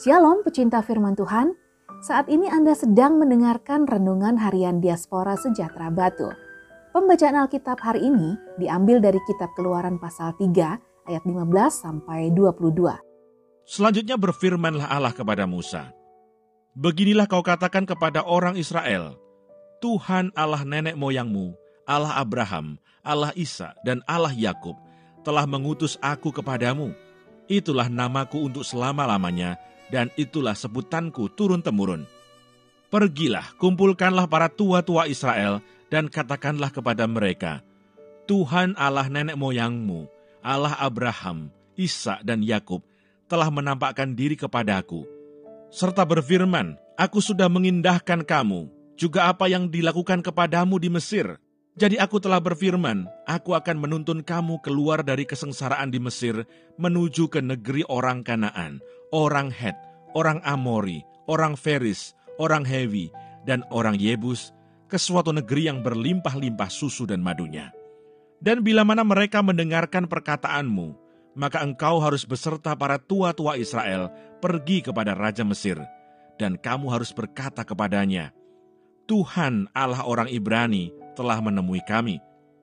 Shalom pecinta firman Tuhan, saat ini Anda sedang mendengarkan Renungan Harian Diaspora Sejahtera Batu. Pembacaan Alkitab hari ini diambil dari kitab Keluaran pasal 3 ayat 15 sampai 22. Selanjutnya berfirmanlah Allah kepada Musa, "Beginilah kau katakan kepada orang Israel, Tuhan Allah nenek moyangmu, Allah Abraham, Allah Ishak dan Allah Yakub telah mengutus aku kepadamu. Itulah namaku untuk selama-lamanya, dan itulah sebutanku turun-temurun. Pergilah, kumpulkanlah para tua-tua Israel, dan katakanlah kepada mereka, Tuhan Allah nenek moyangmu, Allah Abraham, Ishak dan Yakub, telah menampakkan diri kepadaku, serta berfirman, aku sudah mengindahkan kamu, juga apa yang dilakukan kepadamu di Mesir. Jadi aku telah berfirman, aku akan menuntun kamu keluar dari kesengsaraan di Mesir, menuju ke negeri orang Kanaan, orang Het, orang Amori, orang Feris, orang Hewi, dan orang Yebus, ke suatu negeri yang berlimpah-limpah susu dan madunya. Dan bila mana mereka mendengarkan perkataanmu, maka engkau harus beserta para tua-tua Israel pergi kepada Raja Mesir, dan kamu harus berkata kepadanya, Tuhan Allah orang Ibrani telah menemui kami.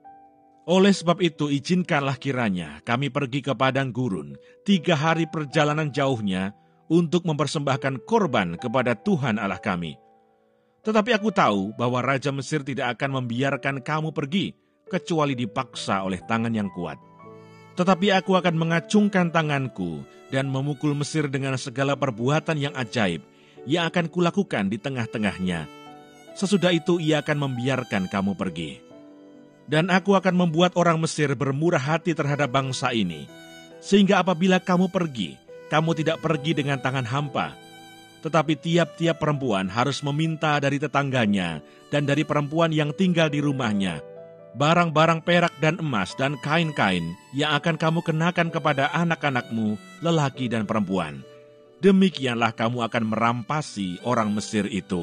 Oleh sebab itu izinkanlah kiranya kami pergi ke padang gurun 3 hari perjalanan jauhnya untuk mempersembahkan korban kepada Tuhan Allah kami. Tetapi aku tahu bahwa Raja Mesir tidak akan membiarkan kamu pergi, kecuali dipaksa oleh tangan yang kuat. Tetapi aku akan mengacungkan tanganku dan memukul Mesir dengan segala perbuatan yang ajaib yang akan kulakukan di tengah-tengahnya. Sesudah itu ia akan membiarkan kamu pergi. Dan aku akan membuat orang Mesir bermurah hati terhadap bangsa ini, sehingga apabila kamu pergi, kamu tidak pergi dengan tangan hampa. Tetapi tiap-tiap perempuan harus meminta dari tetangganya dan dari perempuan yang tinggal di rumahnya, barang-barang perak dan emas dan kain-kain yang akan kamu kenakan kepada anak-anakmu, lelaki dan perempuan. Demikianlah kamu akan merampasi orang Mesir itu."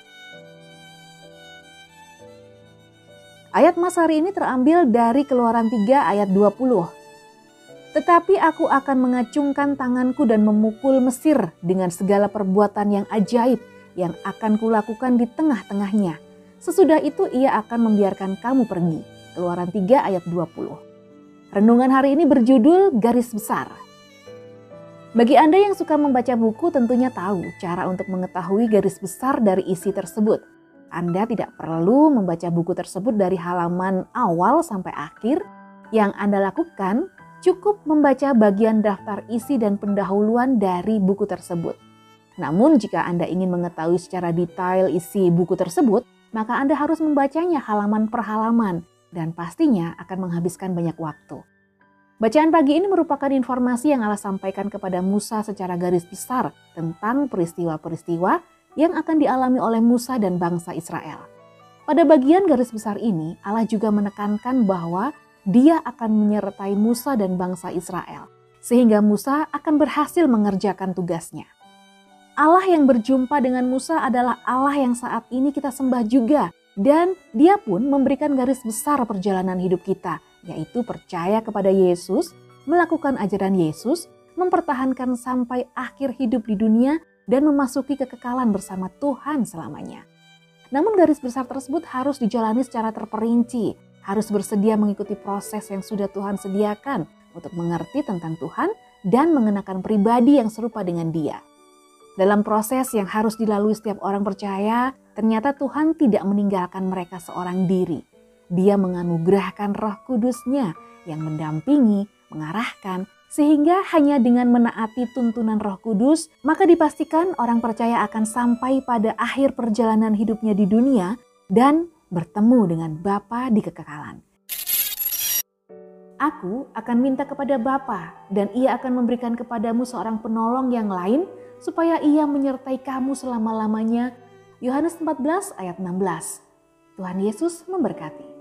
Ayat Mas hari ini terambil dari Keluaran 3 ayat 20. Tetapi aku akan mengacungkan tanganku dan memukul Mesir dengan segala perbuatan yang ajaib yang akan kulakukan di tengah-tengahnya. Sesudah itu ia akan membiarkan kamu pergi. Keluaran 3 ayat 20. Renungan hari ini berjudul Garis Besar. Bagi Anda yang suka membaca buku tentunya tahu cara untuk mengetahui garis besar dari isi tersebut. Anda tidak perlu membaca buku tersebut dari halaman awal sampai akhir. Yang Anda lakukan cukup membaca bagian daftar isi dan pendahuluan dari buku tersebut. Namun jika Anda ingin mengetahui secara detail isi buku tersebut, maka Anda harus membacanya halaman per halaman dan pastinya akan menghabiskan banyak waktu. Bacaan pagi ini merupakan informasi yang Allah sampaikan kepada Musa secara garis besar tentang peristiwa-peristiwa yang akan dialami oleh Musa dan bangsa Israel. Pada bagian garis besar ini, Allah juga menekankan bahwa Dia akan menyertai Musa dan bangsa Israel, sehingga Musa akan berhasil mengerjakan tugasnya. Allah yang berjumpa dengan Musa adalah Allah yang saat ini kita sembah juga, dan Dia pun memberikan garis besar perjalanan hidup kita, yaitu percaya kepada Yesus, melakukan ajaran Yesus, mempertahankan sampai akhir hidup di dunia, dan memasuki kekekalan bersama Tuhan selamanya. Namun garis besar tersebut harus dijalani secara terperinci, harus bersedia mengikuti proses yang sudah Tuhan sediakan untuk mengerti tentang Tuhan dan mengenakan pribadi yang serupa dengan Dia. Dalam proses yang harus dilalui setiap orang percaya, ternyata Tuhan tidak meninggalkan mereka seorang diri. Dia menganugerahkan Roh Kudus-Nya yang mendampingi, mengarahkan, sehingga hanya dengan menaati tuntunan Roh Kudus, maka dipastikan orang percaya akan sampai pada akhir perjalanan hidupnya di dunia dan bertemu dengan Bapa di kekekalan. Aku akan minta kepada Bapa dan Ia akan memberikan kepadamu seorang penolong yang lain supaya Ia menyertai kamu selama-lamanya. Yohanes 14 ayat 16. Tuhan Yesus memberkati.